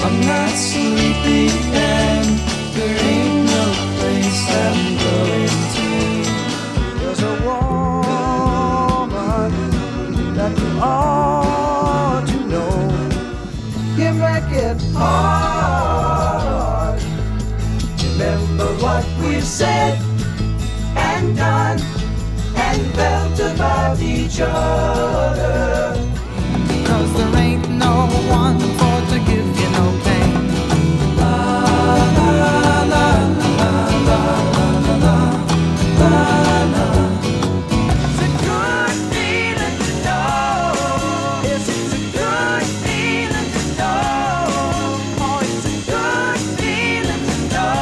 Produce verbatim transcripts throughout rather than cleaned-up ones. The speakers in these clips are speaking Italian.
I'm not sleepy and there ain't no place I'm going to. There's a woman that you ought to know. You make it hard. Remember what we've said and done and felt about each other. 'Cause there ain't no one for to give you no pain. La la la la la la la la la. It's a good feeling to know. Yes, it's a good feeling to know. Oh, it's a good feeling to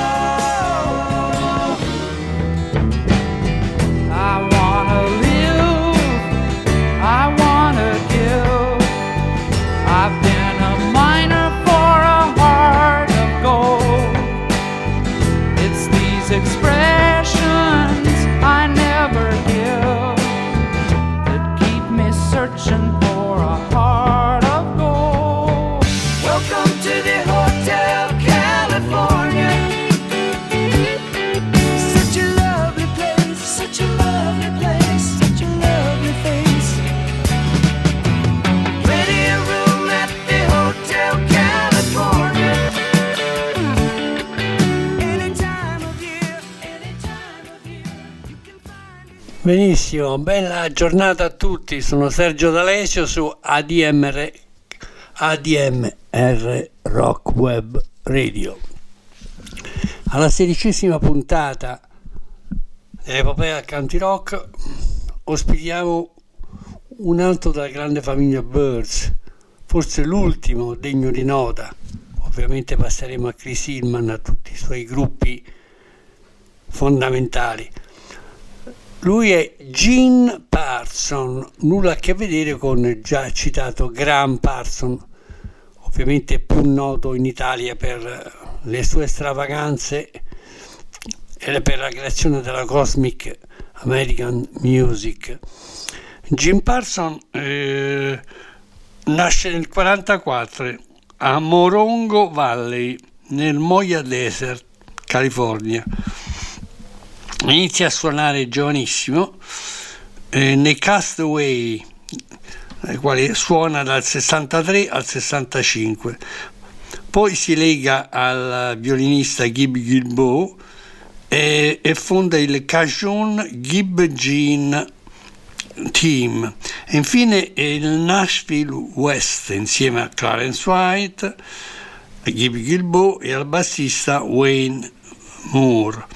know. I wanna live, I wanna give. I've been a miner for a heart of gold. It's these expressions I never give that keep me searching for a heart of gold. Welcome to the Hotel California. Such a lovely place, such a lovely place, such a lovely face. Ready a room at the Hotel California. Any time of year, any time of year, you can find it. Benissimo, bella giornata a tutti, sono Sergio D'Alessio su A D M R, A D M R Rock Web Radio. Alla sedicesima puntata dell'epopea Country Rock ospitiamo un altro della grande famiglia Byrds, forse l'ultimo degno di nota. Ovviamente passeremo a Chris Hillman, a tutti i suoi gruppi fondamentali. Lui è Gene Parson, nulla a che vedere con il già citato Graham Parson, ovviamente più noto in Italia per le sue stravaganze e per la creazione della Cosmic American Music. Gene Parson eh, nasce nel quarantaquattro a Morongo Valley, nel Moya Desert, California. Inizia a suonare giovanissimo eh, nei Castaway, ai quali suona dal sessantatré al sessantacinque. Poi si lega al violinista Gib Guilbeault e, e fonda il Cajun Gib Gene Team. E infine il Nashville West insieme a Clarence White, a Gib Guilbeault e al bassista Wayne Moore.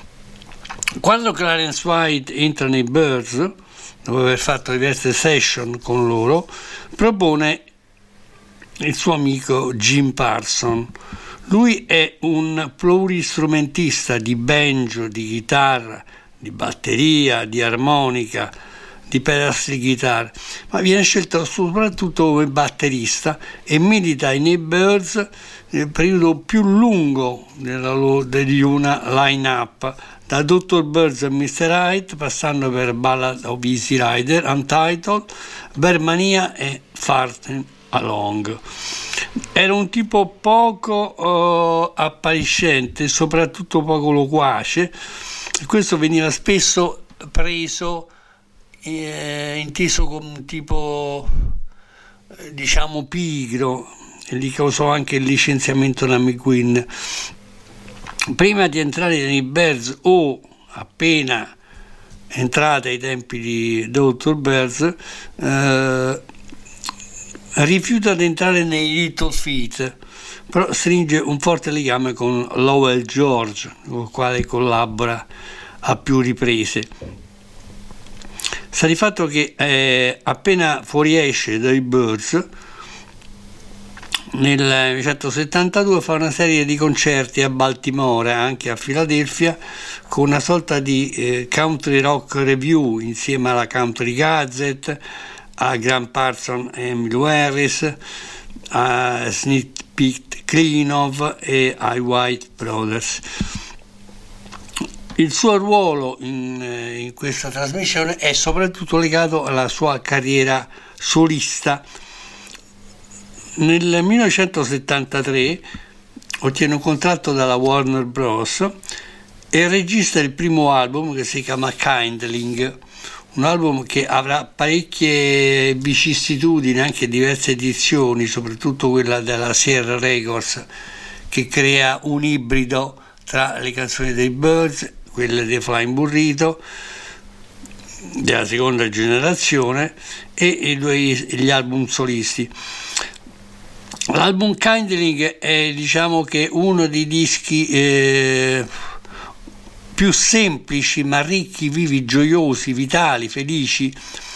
Quando Clarence White entra nei Byrds, dopo aver fatto diverse session con loro, propone il suo amico Gene Parson. Lui è un pluristrumentista di banjo, di chitarra, di batteria, di armonica, di pedal guitar, ma viene scelto soprattutto come batterista e milita nei Byrds nel periodo più lungo della loro, di una line-up, da doctor Byrds a mister Hyde, passando per Ballad of Easy Rider, Untitled, Beatlemania e Farting Along. Era un tipo poco uh, appariscente, soprattutto poco loquace, e questo veniva spesso preso, eh, inteso come un tipo, eh, diciamo, pigro, e gli causò anche il licenziamento da McQueen. Prima di entrare nei Byrds, o appena entrata ai tempi di doctor Byrds, eh, rifiuta di entrare nei Little Feat, però stringe un forte legame con Lowell George, con il quale collabora a più riprese. Sta di fatto che eh, appena fuoriesce dai Byrds, nel millenovecentosettantadue fa una serie di concerti a Baltimora, anche a Filadelfia, con una sorta di eh, country rock review insieme alla Country Gazette, a Graham Parson e Emily Harris, a Sneak Pete Klinov e ai White Brothers. Il suo ruolo in, in questa trasmissione è soprattutto legato alla sua carriera solista. nel millenovecentosettantatré ottiene un contratto dalla Warner Bros. E registra il primo album che si chiama Kindling, un album che avrà parecchie vicissitudini, anche diverse edizioni, soprattutto quella della Sierra Records, che crea un ibrido tra le canzoni dei Byrds, quelle dei Flying Burrito della seconda generazione e i due, gli album solisti. L'album Kindling è, diciamo, che uno dei dischi eh, più semplici ma ricchi, vivi, gioiosi, vitali, felici,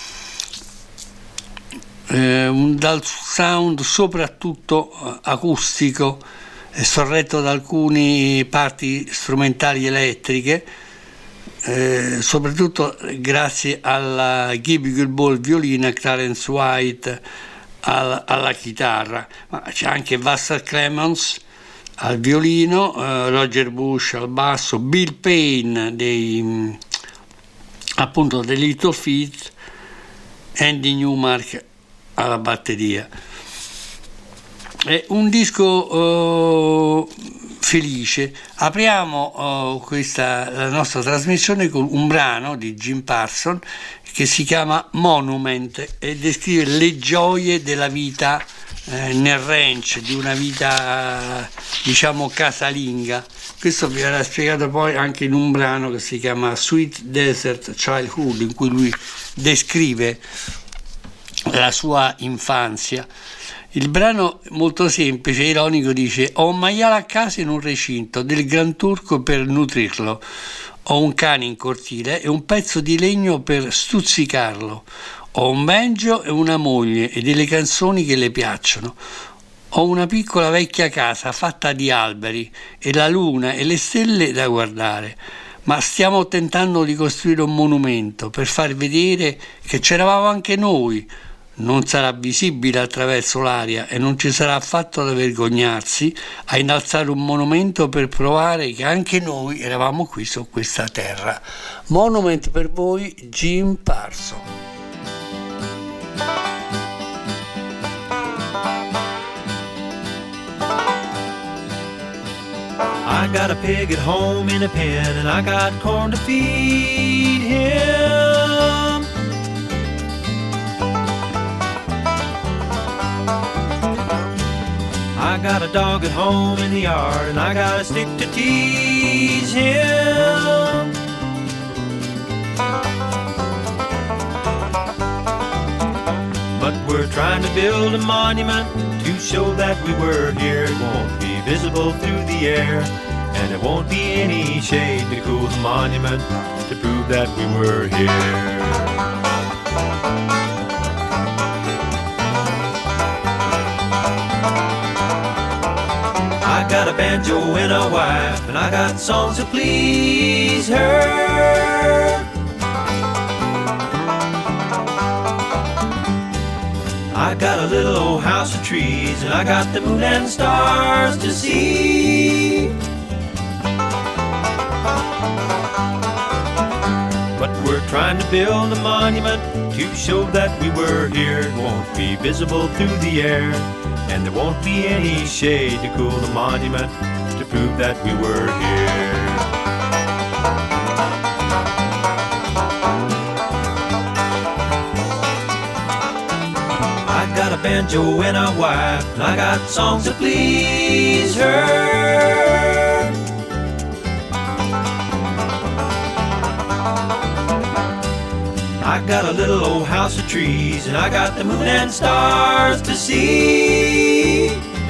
eh, un, dal sound soprattutto acustico, eh, sorretto da alcune parti strumentali elettriche, eh, soprattutto grazie alla Gibby Ball violina, Clarence White alla, alla chitarra, ma c'è anche Vassar Clemons al violino, eh, Roger Bush al basso, Bill Payne dei, appunto dei Little Feat, Andy Newmark alla batteria. È un disco eh, felice. Apriamo eh, questa, la nostra trasmissione con un brano di Jim Parsons che si chiama Monument e descrive le gioie della vita eh, nel ranch, di una vita diciamo casalinga. Questo vi verrà spiegato poi anche in un brano che si chiama Sweet Desert Childhood, in cui lui descrive la sua infanzia. Il brano molto semplice, ironico, dice: ho un maiale a casa in un recinto, del gran turco per nutrirlo, ho un cane in cortile e un pezzo di legno per stuzzicarlo, ho un banjo e una moglie e delle canzoni che le piacciono, ho una piccola vecchia casa fatta di alberi e la luna e le stelle da guardare, ma stiamo tentando di costruire un monumento per far vedere che c'eravamo anche noi. Non sarà visibile attraverso l'aria e non ci sarà affatto da vergognarsi a innalzare un monumento per provare che anche noi eravamo qui su questa terra. Monument per voi, Jim Parsons. I got a pig at home in a pen and I got corn to feed him. I got a dog at home in the yard and I got a stick to tease him. But we're trying to build a monument to show that we were here. It won't be visible through the air, and it won't be any shade to cool the monument to prove that we were here. I got a banjo and a wife, and I got songs to please her. I got a little old house of trees, and I got the moon and stars to see. But we're trying to build a monument to show that we were here. It won't be visible through the air, and there won't be any shade to cool the monument to prove that we were here. I got a banjo and a wife, and I got songs to please her. I got a little old house of trees, and I got the moon and stars to see.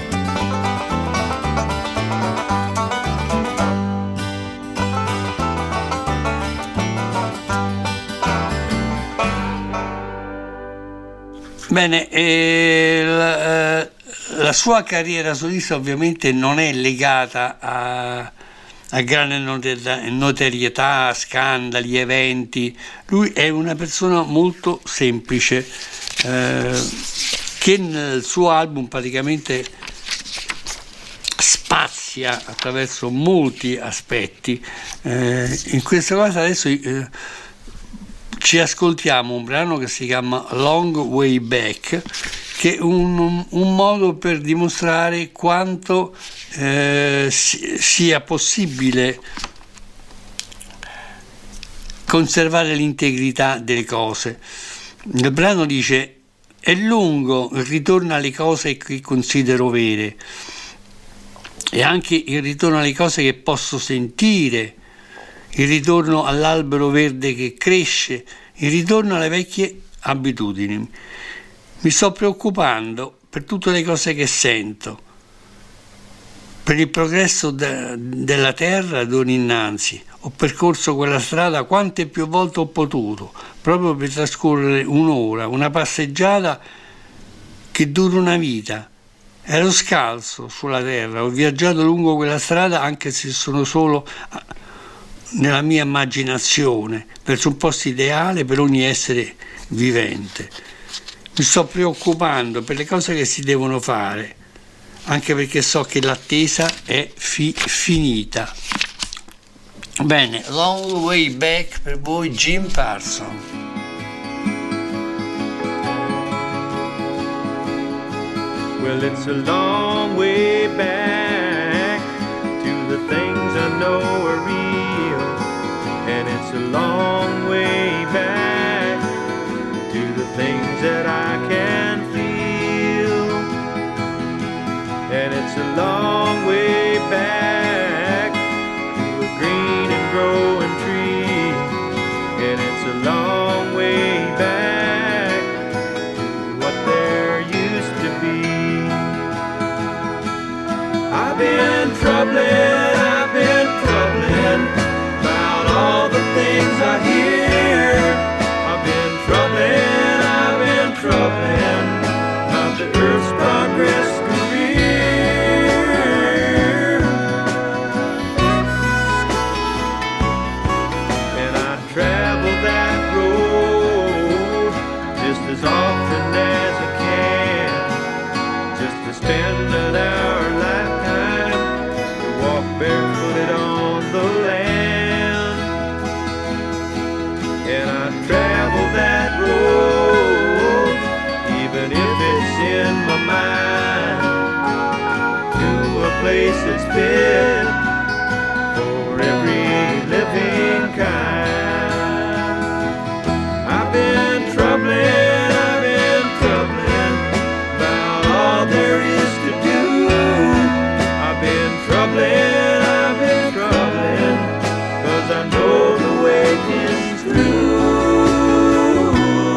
Bene, eh, la, la sua carriera solista ovviamente non è legata a, a grande notorietà, scandali, eventi. Lui è una persona molto semplice, eh, che nel suo album praticamente spazia attraverso molti aspetti. Eh, in questa cosa adesso eh, ci ascoltiamo un brano che si chiama Long Way Back, che un, un modo per dimostrare quanto eh, sia possibile conservare l'integrità delle cose. Il brano dice: è lungo il ritorno alle cose che considero vere, e anche il ritorno alle cose che posso sentire, il ritorno all'albero verde che cresce, il ritorno alle vecchie abitudini. Mi sto preoccupando per tutte le cose che sento, per il progresso de- della terra d'ora innanzi. Ho percorso quella strada quante più volte ho potuto, proprio per trascorrere un'ora, una passeggiata che dura una vita. Ero scalzo sulla terra, ho viaggiato lungo quella strada, anche se sono solo nella mia immaginazione, verso un posto ideale per ogni essere vivente. Mi sto preoccupando per le cose che si devono fare, anche perché so che l'attesa è fi- finita. Bene, Long Way Back per voi, Jim Parsons. Well, it's a long way back to the things I know are real, and it's a long way back to the things that I can feel, and it's a long way back to a green and growing tree, and it's a long way back to what there used to be. I've been troubling, I've been troubling about all the things I hear. I've been troubling, I've been troubling about the earth's progress career. And I travel that road just as often as I can, just to spend an hour barefooted on the land. And I travel that road, even if it's in my mind, to a place that's fit for every living kind. I've been troubling, I've been troubling about all there is to do. I've been troubling, I know the way is through.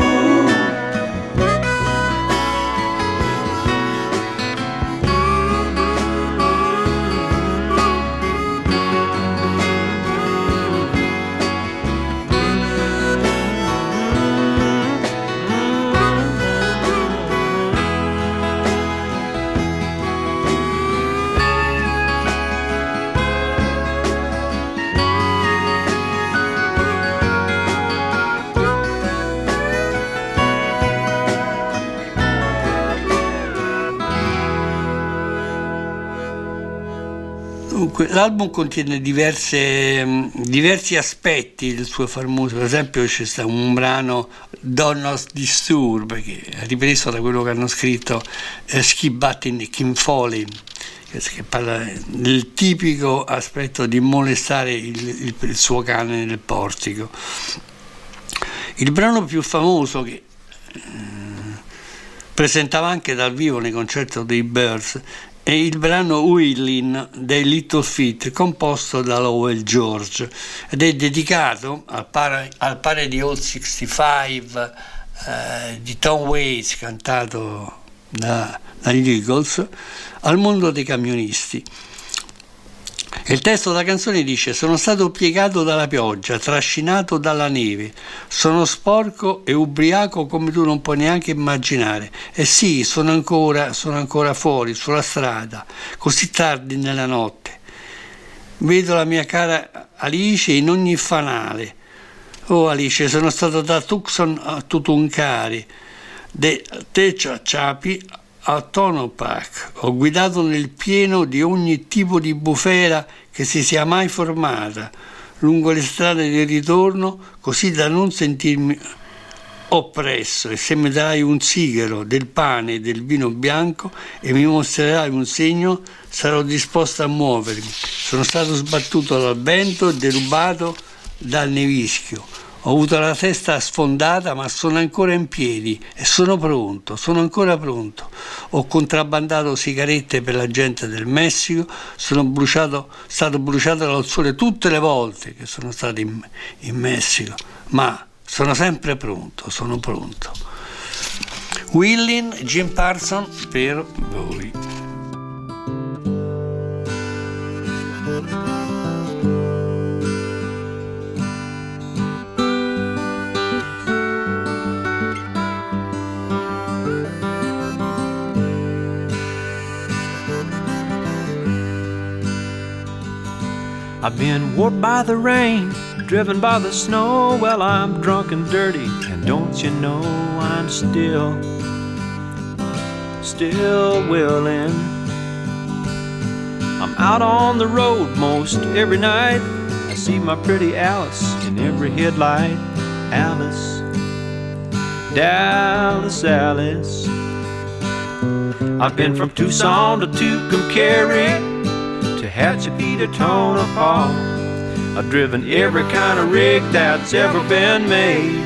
L'album contiene diverse, diversi aspetti del suo far musica. Per esempio c'è stato un brano, Don't Not Disturb, che è ripreso da quello che hanno scritto eh, Skip Button e Kim Foley, che parla del tipico aspetto di molestare il, il, il suo cane nel portico. Il brano più famoso, che eh, presentava anche dal vivo nei concerti dei Birds, è il brano Willin' dei Little Feat, composto da Lowell George, ed è dedicato al pare, al pare di Old sessantacinque eh, di Tom Waits, cantato da, dagli Eagles, al mondo dei camionisti. Il testo della canzone dice: sono stato piegato dalla pioggia, trascinato dalla neve, sono sporco e ubriaco come tu non puoi neanche immaginare. E sì, sono ancora, sono ancora fuori, sulla strada, così tardi nella notte. Vedo la mia cara Alice in ogni fanale. Oh Alice, sono stato da Tucson a Tutuncari, da Tehachapi a Tonopah. Ho guidato nel pieno di ogni tipo di bufera che si sia mai formata lungo le strade del ritorno, così da non sentirmi oppresso, e se mi darai un sigaro del pane e del vino bianco e mi mostrerai un segno, sarò disposto a muovermi. Sono stato sbattuto dal vento e derubato dal nevischio. Ho avuto la testa sfondata, ma sono ancora in piedi e sono pronto, sono ancora pronto. Ho contrabbandato sigarette per la gente del Messico, sono bruciato, stato bruciato dal sole tutte le volte che sono stato in, in Messico, ma sono sempre pronto, sono pronto. Willing, Jim Parsons per voi. I've been warped by the rain, driven by the snow. Well, I'm drunk and dirty, and don't you know I'm still, still willing. I'm out on the road most every night. I see my pretty Alice in every headlight. Alice, Dallas Alice. I've been from Tucson to Tucumcari, to Hatshepsut to Tonopah. I've driven every kind of rig that's ever been made.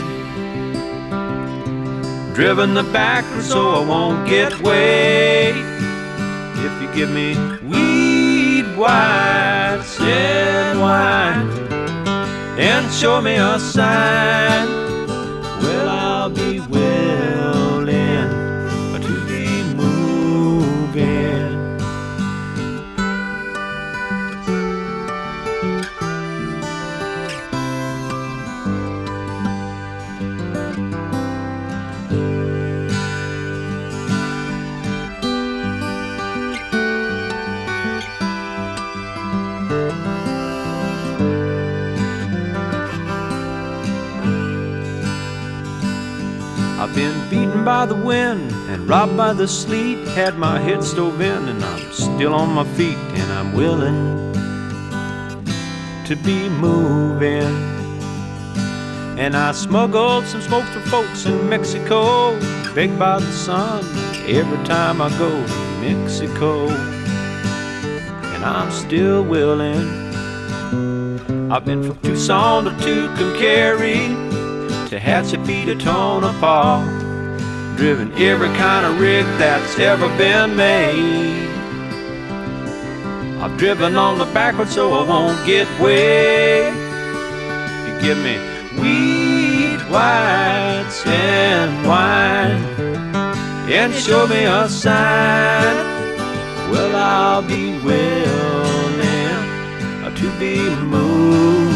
Driven the backwards so I won't get weighed. If you give me weed, whites, and wine, and show me a sign, well, I'll be willing to be moving. I've been beaten by the wind and robbed by the sleet, had my head stove in and I'm still on my feet, and I'm willing to be moving. And I smuggled some smokes for folks in Mexico, begged by the sun every time I go to Mexico, and I'm still willing. I've been from Tucson to Tucumcari, to Hatshepsut to Tonopah, driven every kind of rig that's ever been made. I've driven on the backwards so I won't get weighed. You give me weed, whites, and wine, and show me a sign, well, I'll be willing to be moving.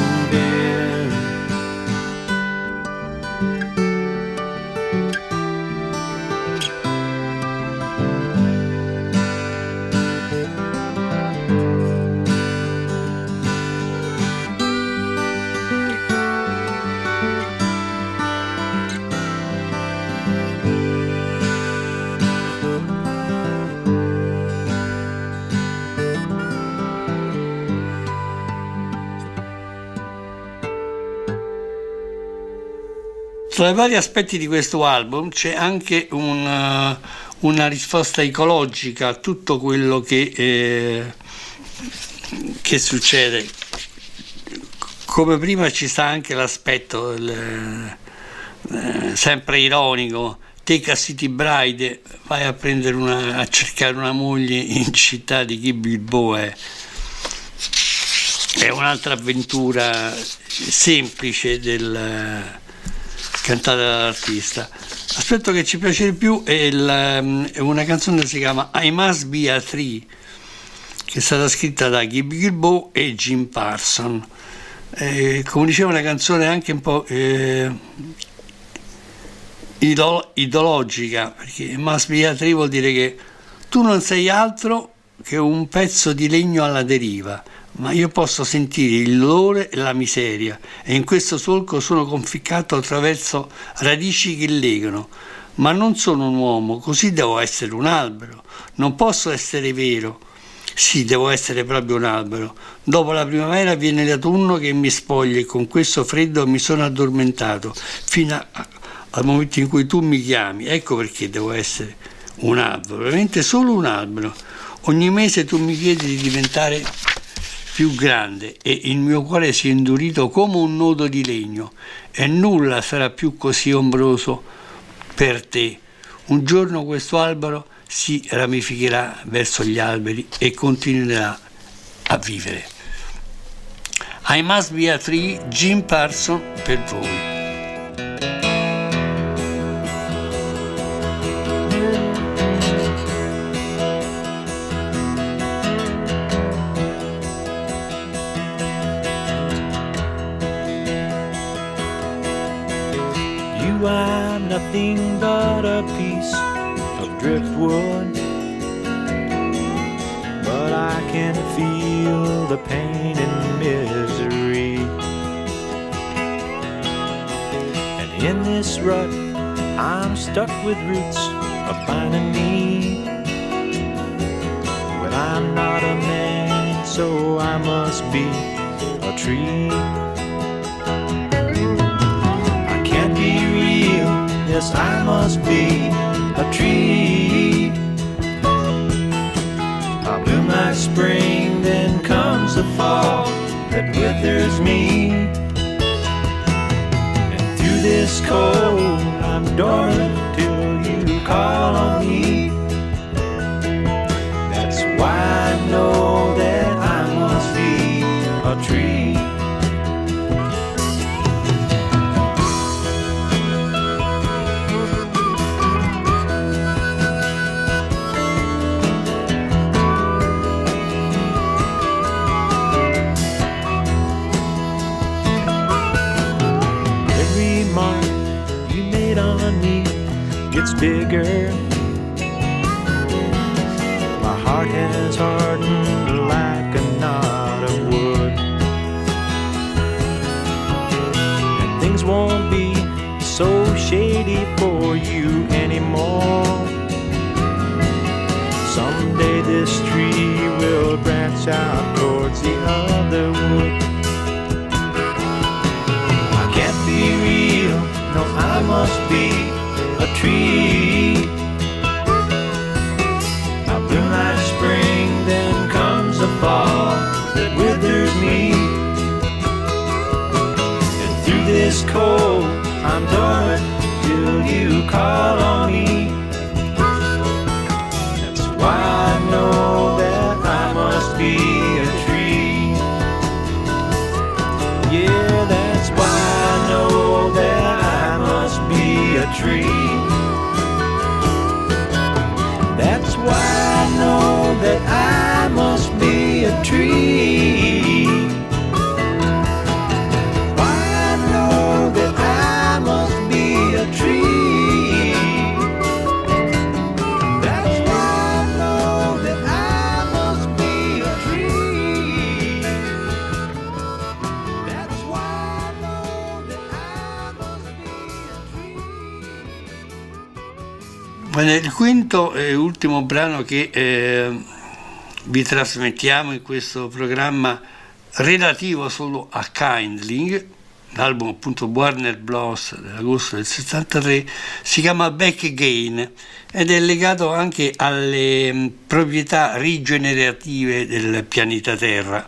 Tra i vari aspetti di questo album c'è anche una, una risposta ecologica a tutto quello che, eh, che succede. Come prima ci sta anche l'aspetto il, eh, sempre ironico: take a city bride, vai a prendere una, a cercare una moglie in città di chi Bilbo è. È un'altra avventura semplice del cantata dall'artista. L'aspetto che ci piace di più è, il, è una canzone che si chiama I Must Be a Tree, che è stata scritta da Gibby Gilbo e Jim Parsons. Eh, come dicevo, una canzone anche un po' eh, idolo, ideologica, perché Must Be a Tree vuol dire che tu non sei altro che un pezzo di legno alla deriva, ma io posso sentire il dolore e la miseria, e in questo solco sono conficcato attraverso radici che legano. Ma non sono un uomo, così devo essere un albero. Non posso essere vero. Sì, devo essere proprio un albero. Dopo la primavera viene l'autunno che mi spoglia, e con questo freddo mi sono addormentato fino a, al momento in cui tu mi chiami. Ecco perché devo essere un albero, veramente solo un albero. Ogni mese tu mi chiedi di diventare più grande e il mio cuore si è indurito come un nodo di legno e nulla sarà più così ombroso per te. Un giorno questo albero si ramificherà verso gli alberi e continuerà a vivere. I Must Be a Tree, Jim Parsons per voi. You are nothing but a piece of driftwood, but I can feel the pain and misery. And in this rut, I'm stuck with roots of binding me. But I'm not a man, so I must be a tree. I can't be real, yes, I must be a tree. I bloom like spring, then comes the fall that withers me. And through this cold, I'm dormant till you call on me. That's why I know that I must be a tree. Gets bigger. My heart has hardened like a knot of wood, and things won't be so shady for you anymore. Someday this tree will branch out towards the other wood. I can't be real, no, I must be a tree. I bloom like spring, then comes the fall that withers me. And through this cold, I'm dormant till you call on me. That's why I know that I must be a tree. Yeah, that's why I know that I must be a tree. That's why I know that I must be a tree. Why I know that I must be a tree. That's why I know that I must be a tree. That's why I know that I must be a tree. Il quinto e ultimo brano che eh, vi trasmettiamo in questo programma relativo solo a Kindling, l'album appunto Warner Bros. Dell'agosto del settantatré, si chiama Back Again ed è legato anche alle mh, proprietà rigenerative del pianeta Terra.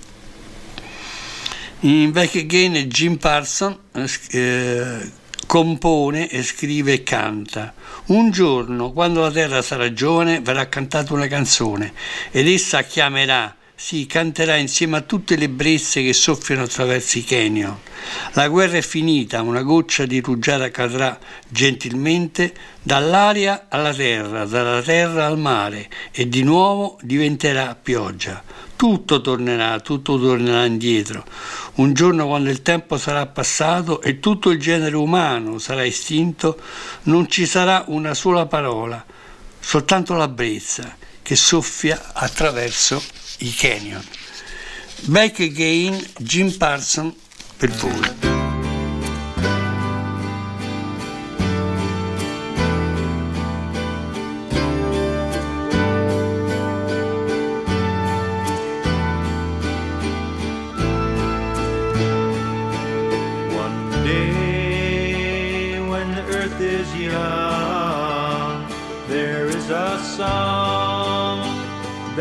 In Back Again Jim Parsons eh, compone e scrive e canta. Un giorno, quando la terra sarà giovane, verrà cantata una canzone ed essa chiamerà, sì, canterà insieme a tutte le brezze che soffiano attraverso i canyon. La guerra è finita, una goccia di rugiada cadrà gentilmente dall'aria alla terra, dalla terra al mare e di nuovo diventerà pioggia. Tutto tornerà, tutto tornerà indietro. Un giorno, quando il tempo sarà passato e tutto il genere umano sarà estinto, non ci sarà una sola parola, soltanto la brezza che soffia attraverso i canyon. Back Again, Jim Parsons per voi. One day when the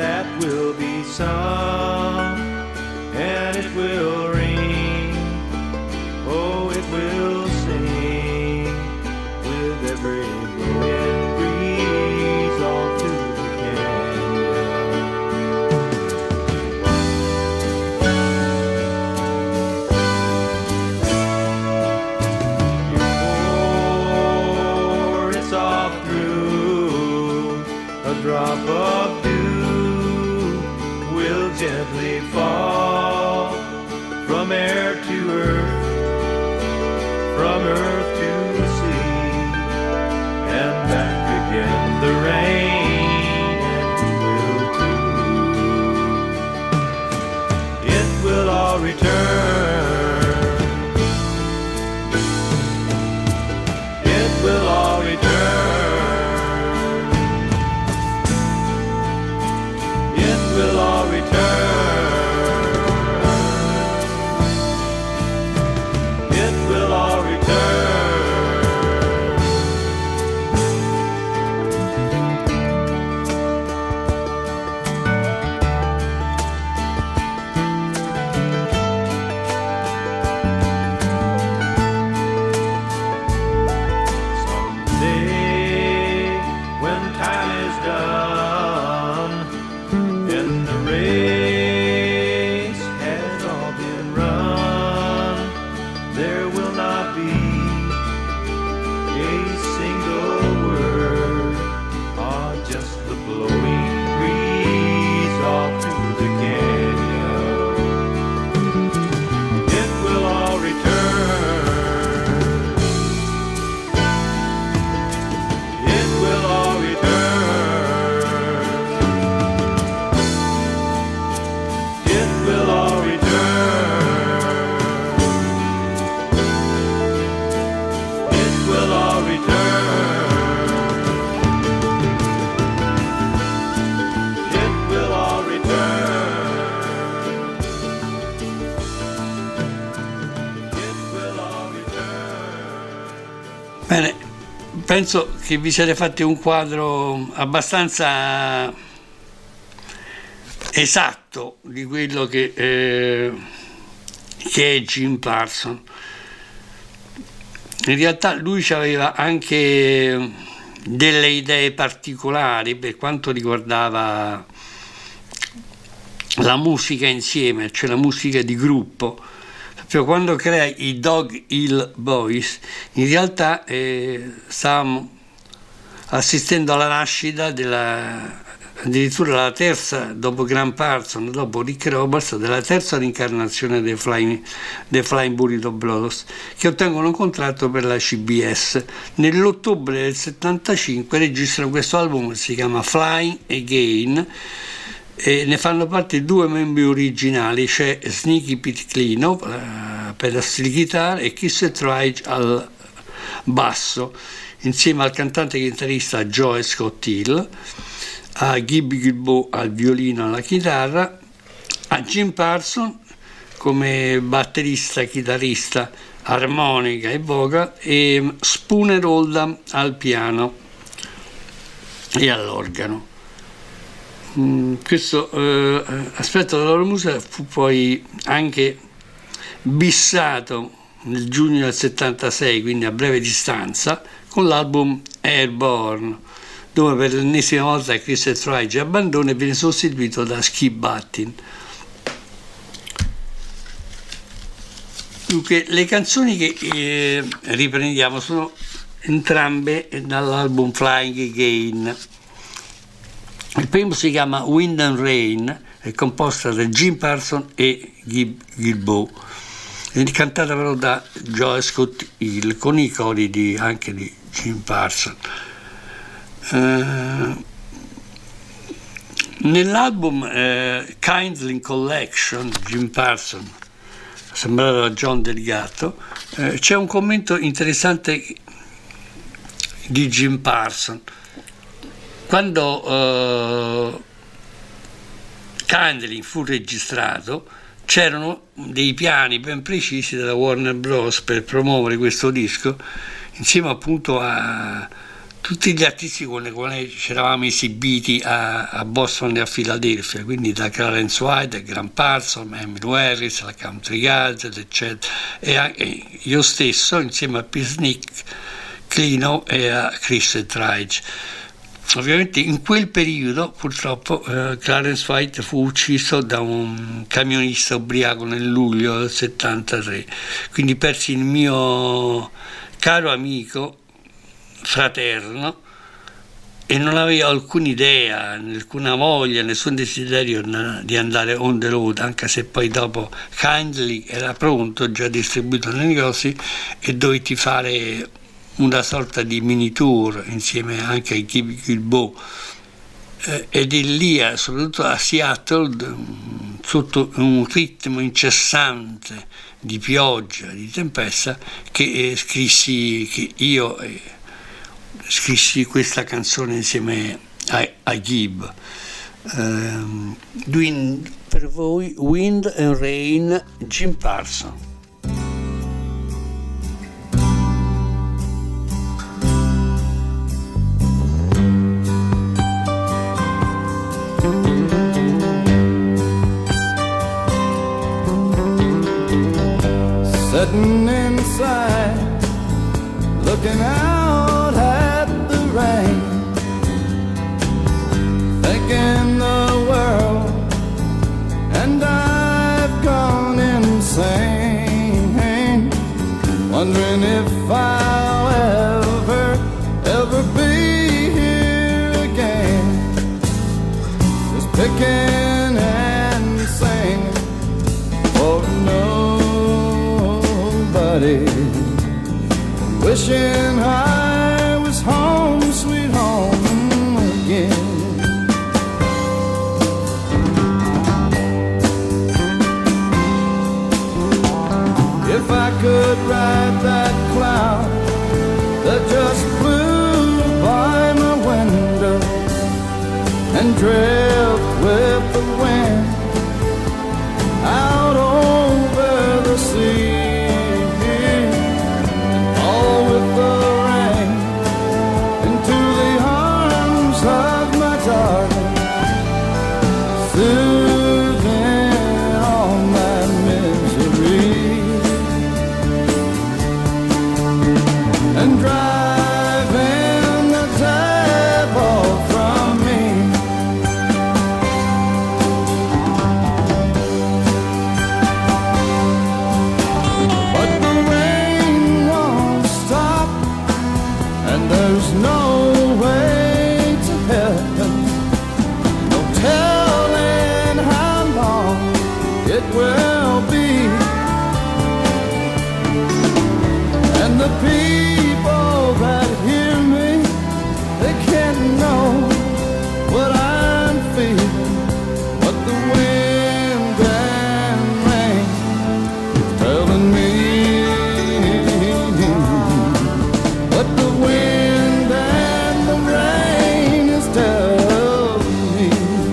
that will be sung, and it will ring, oh, it will sing with every blowing breeze all through the canyon. Before it's all through, a drop of dew will gently fall from air to earth, from earth to the sea, and back again the rain, and we will too. It will all return, it will all return, it will all return. Bene, penso che vi siete fatti un quadro abbastanza esatto di quello che, eh, che è Jim Parsons. In realtà lui aveva anche delle idee particolari per quanto riguardava la musica insieme, cioè la musica di gruppo. Cioè, quando crea i Dog Hill Boys, in realtà eh, stavamo assistendo alla nascita della, addirittura la terza, dopo Graham Parsons, dopo Rick Roberts, della terza rincarnazione dei Flying, dei Flying Burrito Brothers, che ottengono un contratto per la C B S. Nell'ottobre del settantacinque registrano questo album che si chiama Flying Again, e ne fanno parte due membri originali, c'è Sneaky Pete Clino uh, per la steel guitar e Keith Etheridge al basso, insieme al cantante e chitarrista Joe Scott Hill, a Gibby Gilbo al violino e alla chitarra, a Jim Parsons come batterista, chitarrista, armonica e vocal, e Spooner Oldham al piano e all'organo. Questo eh, aspetto della loro musica fu poi anche bissato nel giugno del settantasei, quindi a breve distanza, con l'album Airborne, dove per l'ennesima volta Chris Etheridge abbandona e viene sostituito da Skip Battin. Dunque, le canzoni che eh, riprendiamo sono entrambe dall'album Flying Again. Il primo si chiama Wind and Rain, è composta da Jim Parsons e Gib Gilbo, è cantata però da Joe Scott Hill con i cori di, anche di Jim Parsons. Uh, nell'album uh, Kindling Collection, Jim Parsons, sembrato da John Deligato, uh, c'è un commento interessante di Jim Parsons. Quando uh, Kindling fu registrato, c'erano dei piani ben precisi della Warner Bros. Per promuovere questo disco, insieme appunto a tutti gli artisti con i quali ci eravamo esibiti a, a Boston e a Filadelfia, quindi da Clarence White, Graham Parsons, Emmylou Harris, la Country Gazette, eccetera, e anche io stesso insieme a Pete Nick, Clino e a Chris Trudge. Ovviamente in quel periodo purtroppo eh, Clarence White fu ucciso da un camionista ubriaco nel luglio del settantatré, quindi persi il mio caro amico, fraterno, e non avevo alcuna idea, alcuna voglia, nessun desiderio di andare on the road, anche se poi dopo Kindly era pronto, già distribuito nei negozi, e dovetti fare una sorta di mini tour insieme anche ai Keith Gilboa, eh, ed è lì, soprattutto a Seattle, sotto un ritmo incessante di pioggia, di tempesta, che eh, scrissi, che io eh, scrissi questa canzone insieme a, a Gibb. Um, Wind, per voi Wind and Rain, Jim Parsons. Sitting inside, looking out at the rain, thinking the world and I've gone insane, wondering if I'll ever, ever be here again, just picking and singing for nobody, wishing I was home, sweet home again. If I could ride that cloud that just flew by my window and drift with the wind out over the sea, all with the rain into the arms of my darling, soothing all my misery, and driving the devil from me. But the rain won't stop, and there's no way to heaven, no telling how long it will be. And the people that hear me, they can't know what I'm feeling, what the wind and rain telling me, what the wind and the rain is telling me.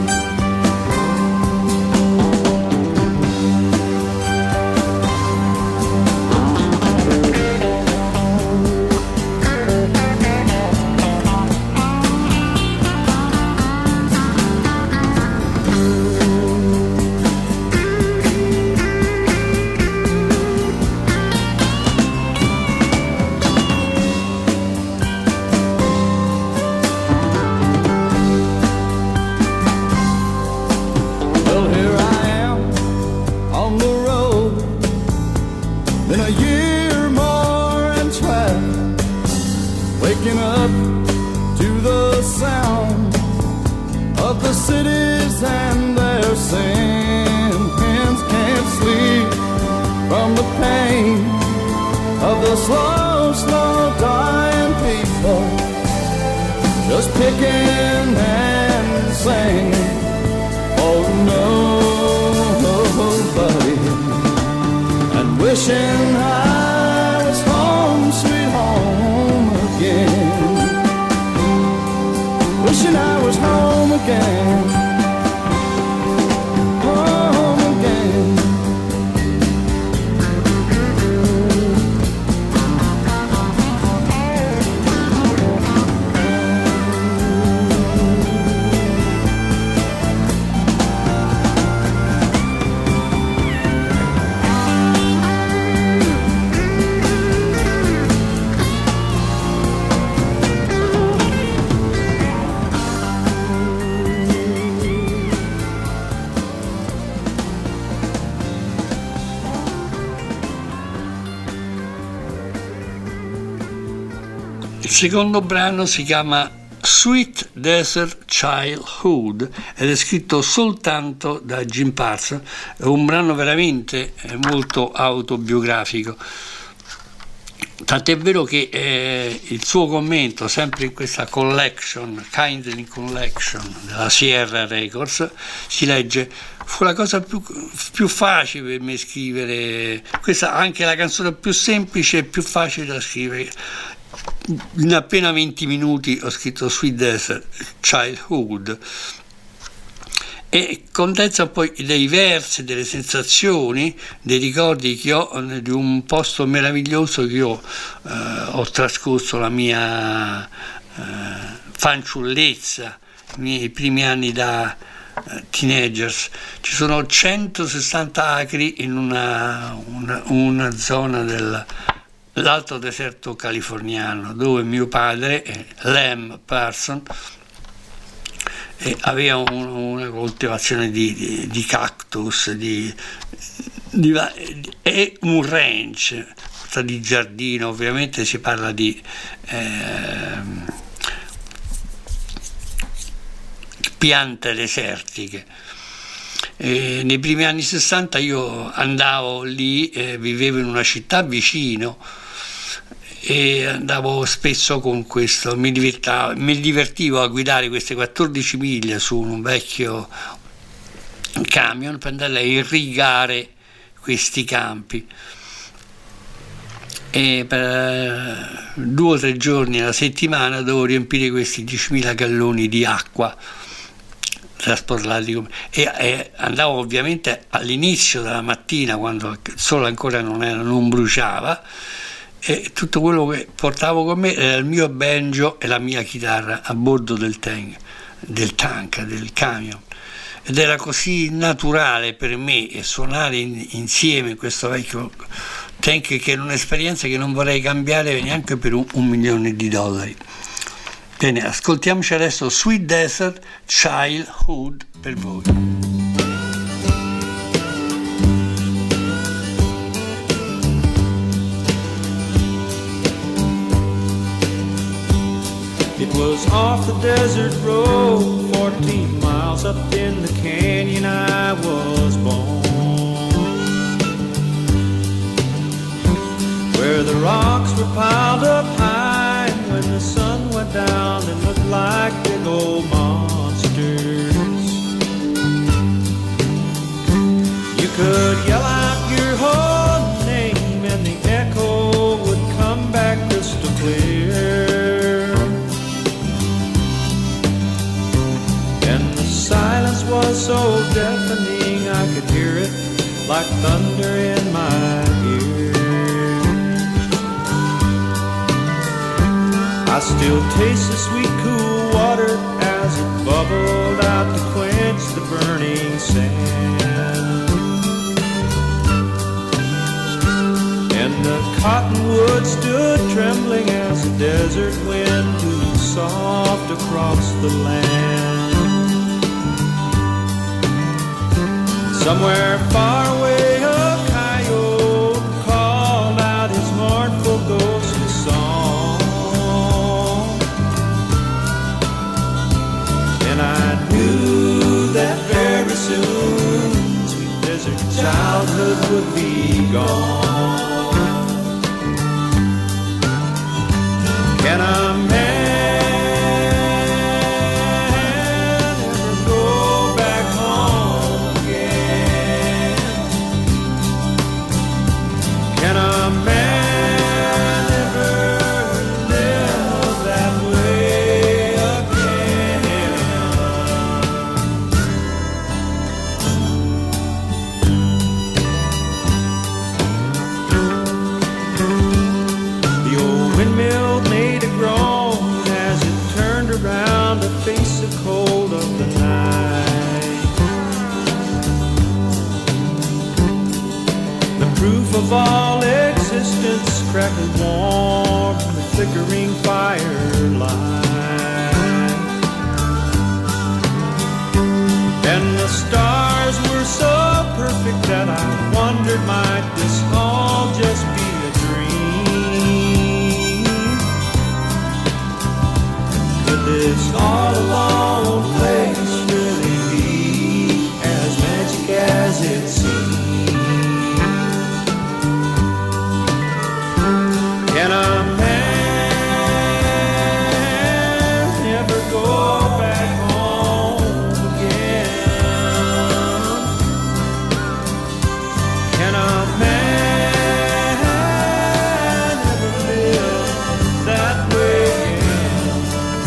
Well, here I am on the road, been a year more and travel, waking up to the sound of the cities and their sins. Can't sleep from the pain of the slow, slow dying people, just picking and singing. Oh, nobody, and wishing I was home, sweet home again, wishing I was home again, home again. Il secondo brano si chiama Sweet Desert Childhood ed è scritto soltanto da Jim Parsons, è un brano veramente molto autobiografico. Tant'è vero che eh, il suo commento, sempre in questa collection, Kindly Collection della Sierra Records, si legge: fu la cosa più, più facile per me scrivere, questa anche la canzone più semplice e più facile da scrivere. In appena venti minuti ho scritto Sweet Desert Childhood e condensa poi dei versi, delle sensazioni, dei ricordi che ho di un posto meraviglioso che io eh, ho trascorso la mia eh, fanciullezza, i miei primi anni da eh, teenagers. Ci sono centosessanta acri in una, una, una zona del l'alto deserto californiano, dove mio padre, Lem Parsons, aveva un, una coltivazione di, di, di cactus di, di, e un ranch di giardino. Ovviamente si parla di eh, piante desertiche. E nei primi anni sessanta io andavo lì, eh, vivevo in una città vicino e andavo spesso con questo, mi divertivo, mi divertivo a guidare queste quattordici miglia su un vecchio camion per andare a irrigare questi campi, e per due o tre giorni alla settimana dovevo riempire questi diecimila galloni di acqua trasportati, e, e andavo ovviamente all'inizio della mattina, quando il sole ancora non, era, non bruciava, e tutto quello che portavo con me era il mio banjo e la mia chitarra a bordo del tank, del tank, del camion, ed era così naturale per me suonare in, insieme in questo vecchio tank, che è un'esperienza che non vorrei cambiare neanche per un, un milione di dollari. Bene, ascoltiamoci adesso Sweet Desert Childhood per voi. It was off the desert road, fourteen miles up in the canyon I was born, where the rocks were piled up high, and when the sun went down they looked like big old monsters. You could yell out your whole name and the echo would come back crystal clear. Silence was so deafening I could hear it like thunder in my ear. I still taste the sweet cool water as it bubbled out to quench the burning sand, and the cottonwood stood trembling as the desert wind blew soft across the land. Somewhere far away a coyote called out his mournful ghostly song, and I knew that very soon sweet desert childhood would be gone. Can a man of all existence crackled warm in the flickering firelight, and the stars were so perfect that I wondered, might this all just be a dream? as it seems. Can a man ever go back home again? Can a man ever live that way again?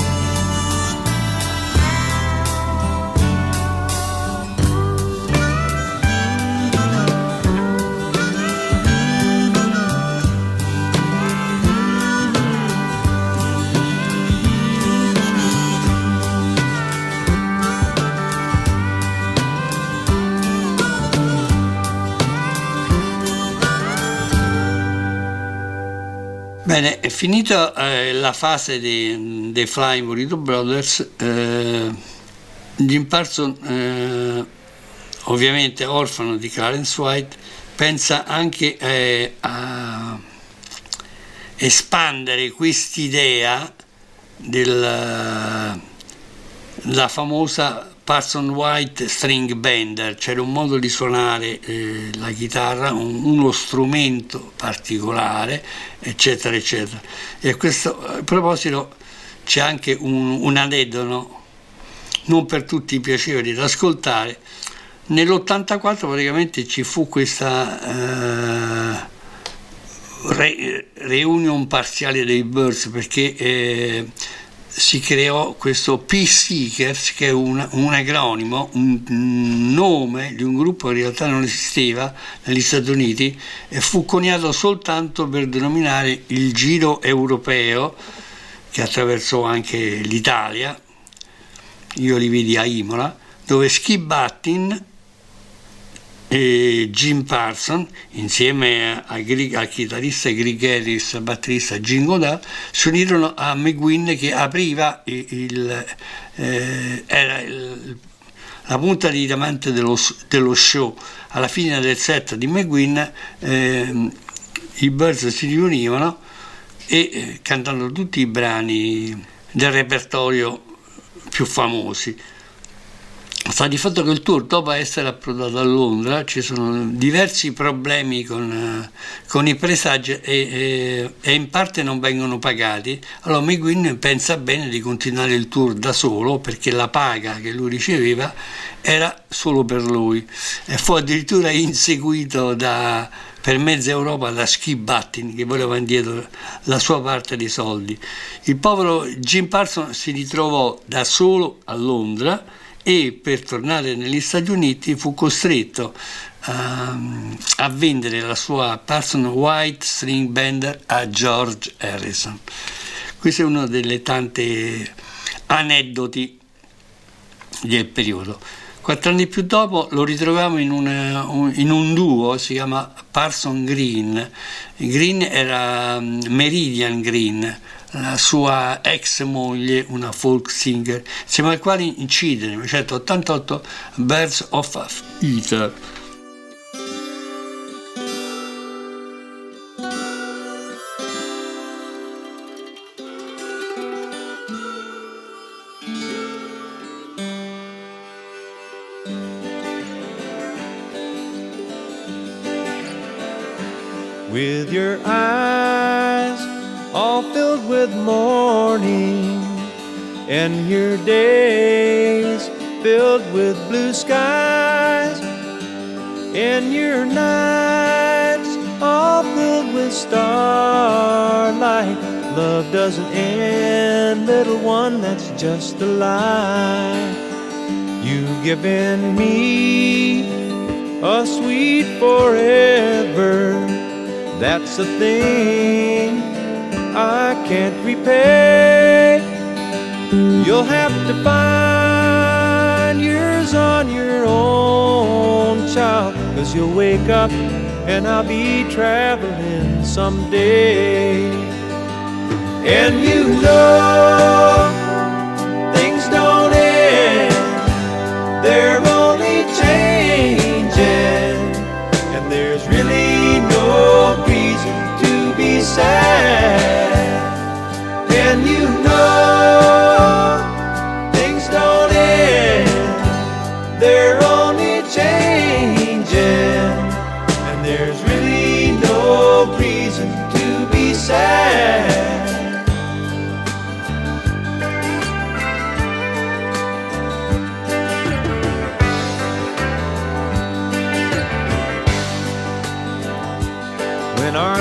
Bene, è finita eh, la fase dei, dei Flying Burrito Brothers. eh, Jim Parsons, eh, ovviamente orfano di Clarence White, pensa anche eh, a espandere quest'idea della la famosa Parson White String Bender. C'era un modo di suonare eh, la chitarra, un, uno strumento particolare, eccetera, eccetera. E a questo a proposito c'è anche un, un aneddoto, non per tutti piacevoli da ascoltare. Nell'ottantaquattro praticamente ci fu questa eh, re, reunion parziale dei Byrds, perché eh, si creò questo Peace Seekers, che è un, un acronimo, un, un nome di un gruppo che in realtà non esisteva negli Stati Uniti e fu coniato soltanto per denominare il giro europeo, che attraversò anche l'Italia. Io li vidi a Imola, dove Skip Battin e Jim Parsons, insieme al chitarrista Greg Harris, al batterista Jim Godard, si unirono a McGuinn, che apriva il, il, eh, era il, la punta di diamante dello, dello show. Alla fine del set di McGuinn eh, i Byrds si riunivano e eh, cantando tutti i brani del repertorio più famosi. Sta di fatto che il tour, dopo essere approdato a Londra, ci sono diversi problemi con, con i presagi e, e, e in parte non vengono pagati. Allora McGuinn pensa bene di continuare il tour da solo, perché la paga che lui riceveva era solo per lui, e fu addirittura inseguito da, per mezza Europa da Skip Battin, che voleva indietro la sua parte dei soldi. Il povero Jim Parsons si ritrovò da solo a Londra e per tornare negli Stati Uniti fu costretto a, a vendere la sua Parson White String Bender a George Harrison. Questo è uno delle tante aneddoti del periodo. Quattro anni più dopo lo ritroviamo in, una, in un duo, si chiama Parson Green. Green era Meridian Green, la sua ex moglie, una folk singer, insieme al quale incide nel millenovecentottantotto Birds of a Feather. With your eyes all filled with morning, and your days filled with blue skies, and your nights all filled with starlight. Love doesn't end, little one, that's just a lie. You've given me a sweet forever, that's a thing I can't repay. You'll have to find yours on your own, child, 'cause you'll wake up and I'll be traveling someday. And you know things don't end, they're only changing, and there's really no reason to be sad. And you know things don't end, they're only changing,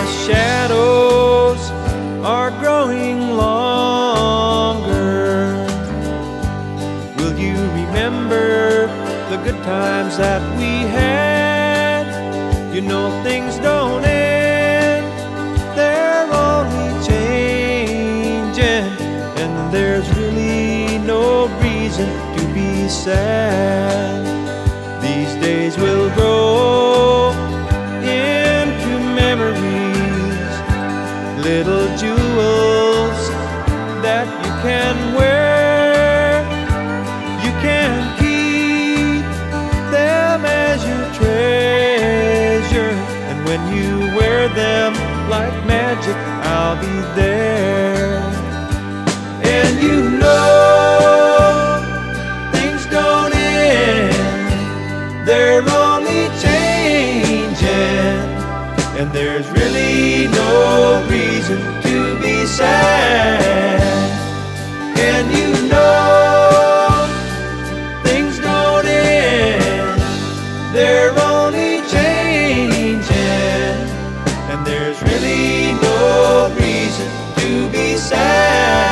shadows are growing longer. Will you remember the good times that we had? You know things don't end, they're only changing, and there's really no reason to be sad. These days will grow into memories, little jewels that you can wear. You can keep them as your treasure, and when you wear them like magic, I'll be there. And you know things don't end, they're only changing, and there's really no reason to be sad. And you know things don't end, they're only changing, and there's really no reason to be sad.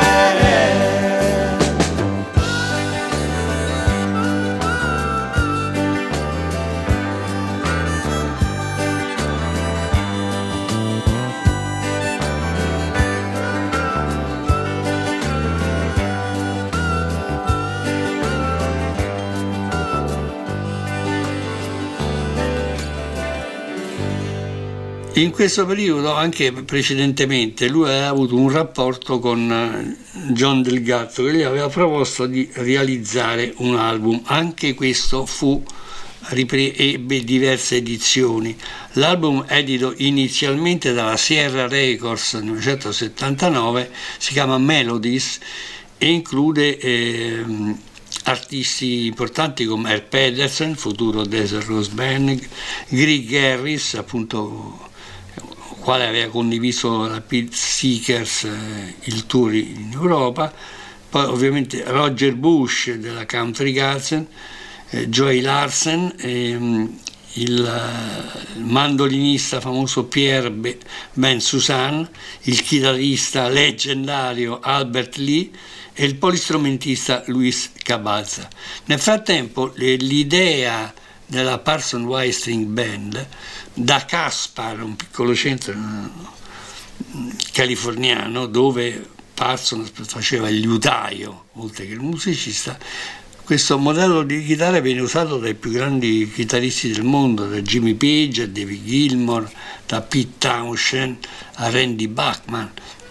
In questo periodo, anche precedentemente, lui aveva avuto un rapporto con John Del Gatto che gli aveva proposto di realizzare un album. Anche questo fu ripre- ebbe diverse edizioni. L'album, edito inizialmente dalla Sierra Records nel millenovecentosettantanove, si chiama Melodies e include eh, artisti importanti come Herb Pedersen, futuro Desert Rose Band, Greg Harris, appunto quale aveva condiviso la Pete Seekers eh, il tour in Europa, poi ovviamente Roger Bush della Country Garden, eh, Joey Larsen, eh, il uh, mandolinista famoso Pierre Ben Suzanne, il chitarrista leggendario Albert Lee e il polistrumentista Luis Cabalza. Nel frattempo l'idea della Parson White String Band da Caspar, un piccolo centro californiano dove Parsons faceva il liutaio oltre che il musicista, questo modello di chitarra viene usato dai più grandi chitarristi del mondo, da Jimmy Page a David Gilmour, da Pete Townshend a Randy Bachman,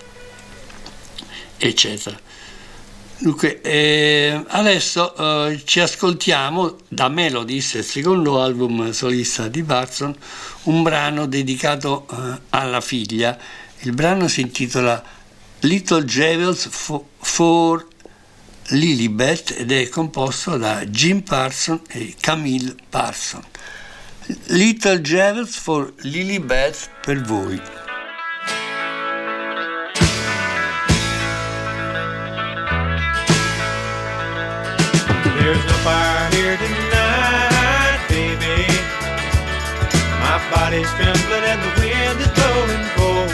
eccetera. Dunque, eh, adesso eh, ci ascoltiamo da Melodies, il secondo album solista di Parson, un brano dedicato eh, alla figlia. Il brano si intitola Little Jewels for, for Lilibet ed è composto da Jim Parson e Camille Parson. Little Jewels for Lilibet per voi. There's no fire here tonight, baby. My body's trembling and the wind is blowing cold.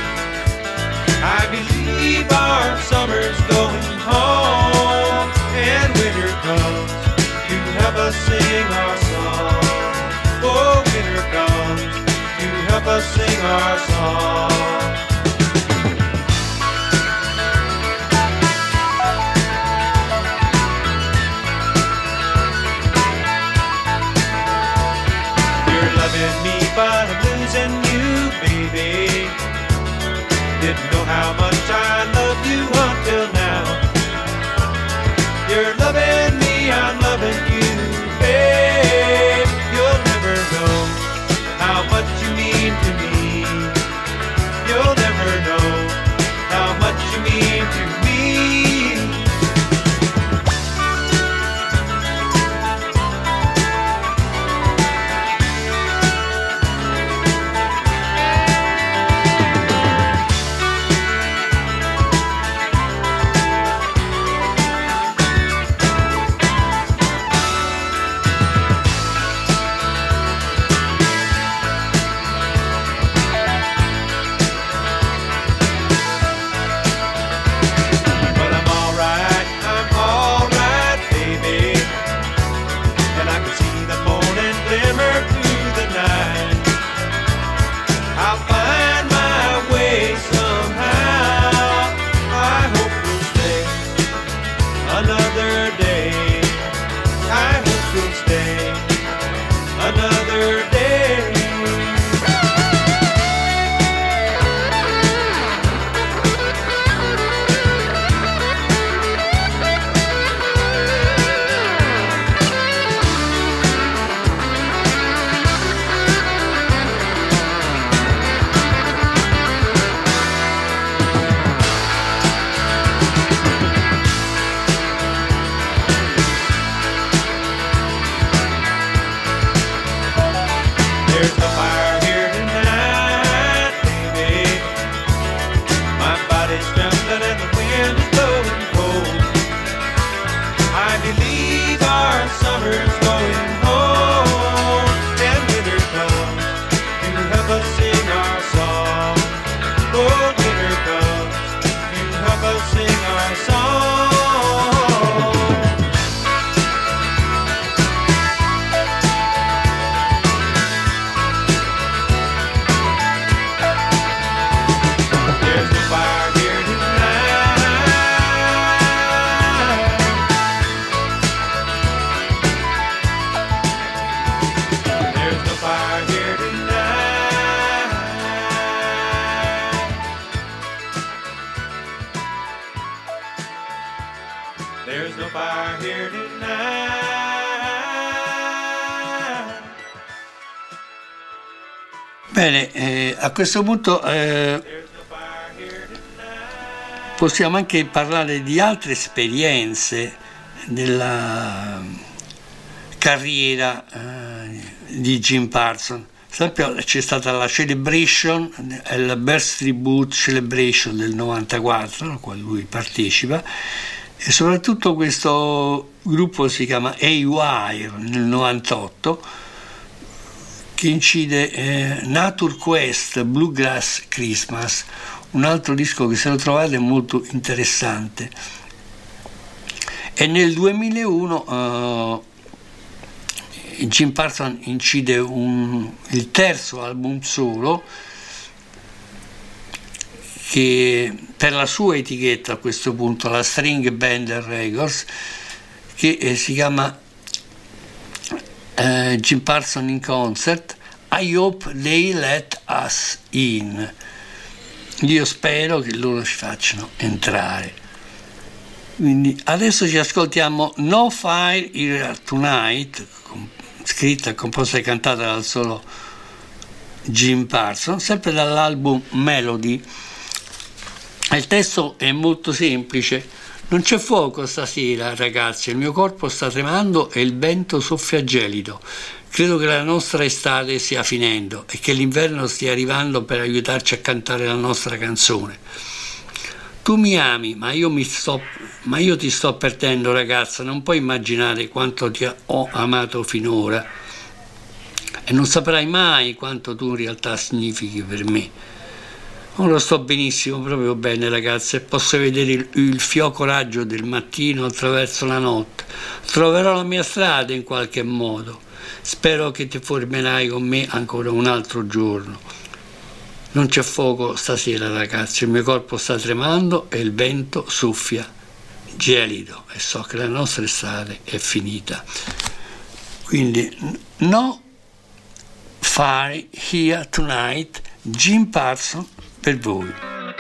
I believe our summer's going home, and winter comes to help us sing our song. Oh, winter comes to help us sing our song. Loving me, but I'm losing you, baby. Didn't know how much I love you until now. You're loving me, I'm loving you, babe. You'll never know how much you mean to me. You'll never know how much you mean to me. There's no fire here tonight, baby. My body's trembling and the wind is blowing cold. I believe our summer's going home, and winter comes to help us sing our song. Oh, winter comes to help us sing our song. There's no fire here tonight. Bene, eh, a questo punto eh, possiamo anche parlare di altre esperienze della carriera eh, di Jim Parsons. Sempre c'è stata la Celebration, la Birth Tribute Celebration del novantaquattro, alla quale lui partecipa, e soprattutto questo gruppo si chiama Haywire nel novantotto, che incide eh, Nature Quest Bluegrass Christmas, un altro disco che, se lo trovate, è molto interessante. E nel duemilauno eh, Jim Parsons incide un, il terzo album solo, che per la sua etichetta, a questo punto, la String Bender Records, che eh, si chiama eh, Jim Parsons in Concert, I Hope They Let Us In. Io spero che loro ci facciano entrare. Quindi adesso ci ascoltiamo No Fire Here Tonight, scritta, composta e cantata dal solo Jim Parsons, sempre dall'album Melody. Il testo è molto semplice: non c'è fuoco stasera, ragazzi, il mio corpo sta tremando e il vento soffia gelido. Credo che la nostra estate stia finendo e che l'inverno stia arrivando per aiutarci a cantare la nostra canzone. Tu mi ami, ma io, mi sto, ma io ti sto perdendo, ragazza, non puoi immaginare quanto ti ho amato finora e non saprai mai quanto tu in realtà significhi per me. Ora sto benissimo, proprio bene, ragazze, e posso vedere il, il fioco raggio del mattino attraverso la notte. Troverò la mia strada in qualche modo. Spero che ti formerai con me ancora un altro giorno. Non c'è fuoco stasera, ragazzi, il mio corpo sta tremando e il vento soffia gelido e so che la nostra estate è finita. Quindi No Fire Here Tonight, Jim Parsons per voi.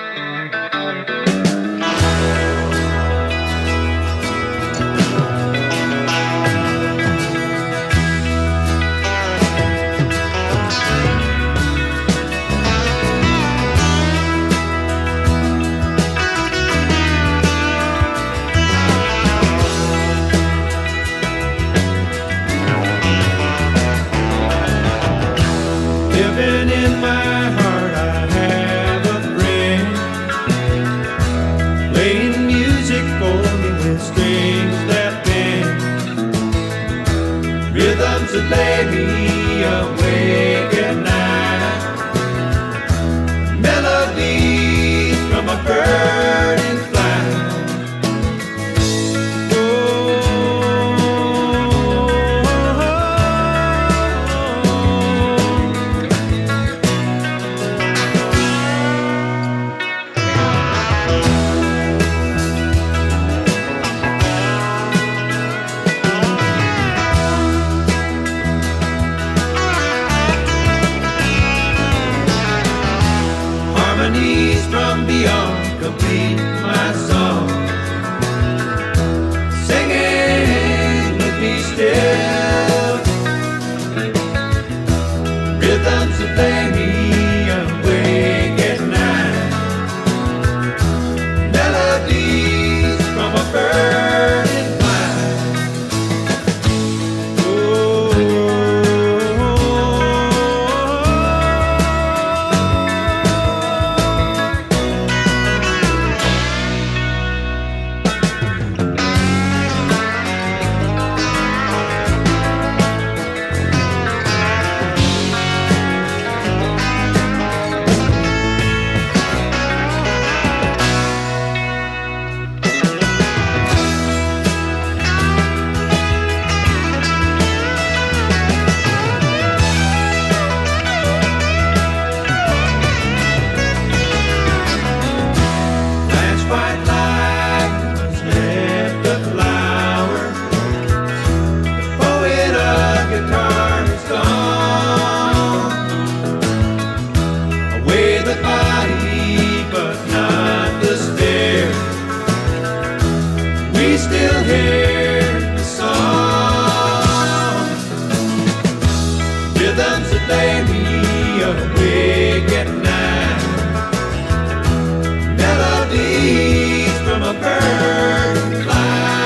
Living in my heart, I have a friend, playing music for me with strings that bend, rhythms that lay me awake at night, melodies from a burning flight. Harmonies from beyond complete my song, singing with me still, rhythms that lay me awake at night, melodies from a burning fire. Oh, oh, oh, oh. comes the lady of a wicked night. Melodies from a bird fly.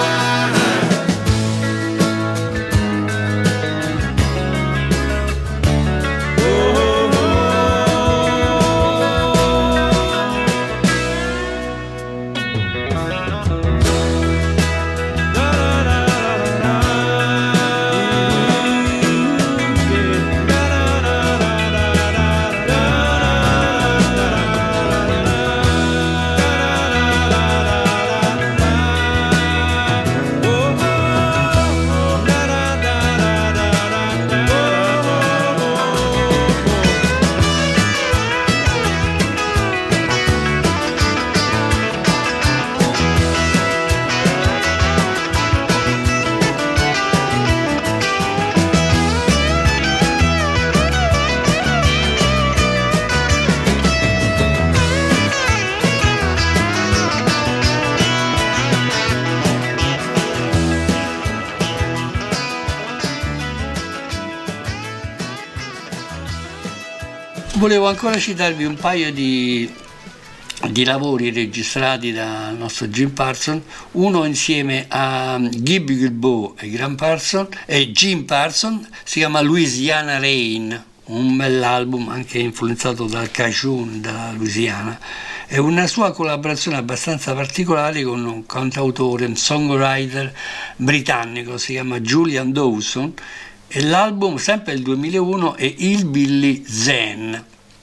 Volevo ancora citarvi un paio di, di lavori registrati dal nostro Jim Parsons, uno insieme a Gibby Gilbo e, Graham Parsons, e Jim Parsons, si chiama Louisiana Rain, un bell'album anche influenzato dal Cajun, dalla Louisiana. È una sua collaborazione abbastanza particolare con un cantautore, un songwriter britannico, si chiama Julian Dawson, e l'album, sempre del duemilauno, è Hillbilly Zen.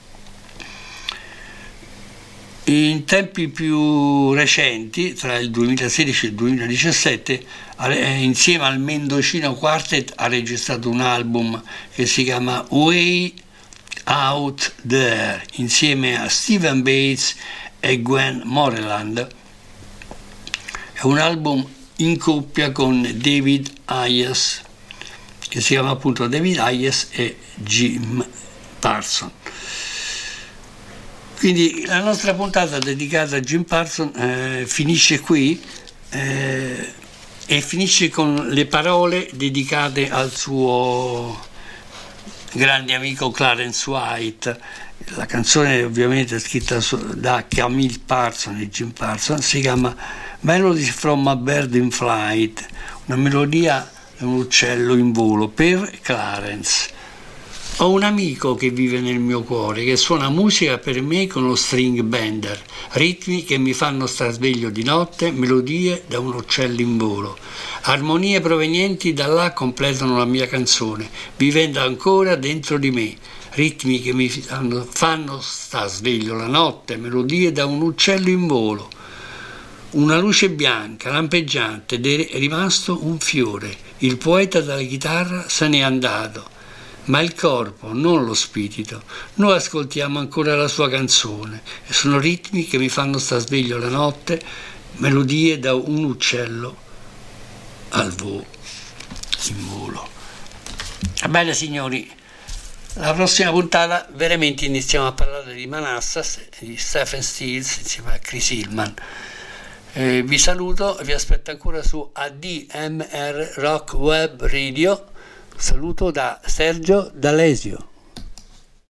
In tempi più recenti, tra il duemilasedici e il duemiladiciassette, insieme al Mendocino Quartet ha registrato un album che si chiama Way Out There, insieme a Stephen Bates e Gwen Moreland. È un album in coppia con David Hayes, che si chiama appunto David Hayes e Jim Parsons. Quindi la nostra puntata dedicata a Jim Parsons eh, finisce qui eh, e finisce con le parole dedicate al suo grande amico Clarence White. La canzone ovviamente è scritta da Camille Parsons e Jim Parsons, si chiama Melody from a Bird in Flight, una melodia di un uccello in volo, per Clarence. Ho un amico che vive nel mio cuore, che suona musica per me con lo string bender, ritmi che mi fanno star sveglio di notte, melodie da un uccello in volo. Armonie provenienti da là completano la mia canzone, vivendo ancora dentro di me. Ritmi che mi fanno, fanno star sveglio la notte, melodie da un uccello in volo. Una luce bianca, lampeggiante, ed è rimasto un fiore. Il poeta dalla chitarra se n'è andato, ma il corpo, non lo spirito. Noi ascoltiamo ancora la sua canzone e sono ritmi che mi fanno star sveglio la notte, melodie da un uccello al volo, in volo. Bene signori, la prossima puntata veramente iniziamo a parlare di Manassas, di Stephen Stills insieme a Chris Hillman. Eh, vi saluto e vi aspetto ancora su A D M R Rock Web Radio. Saluto da Sergio D'Alesio.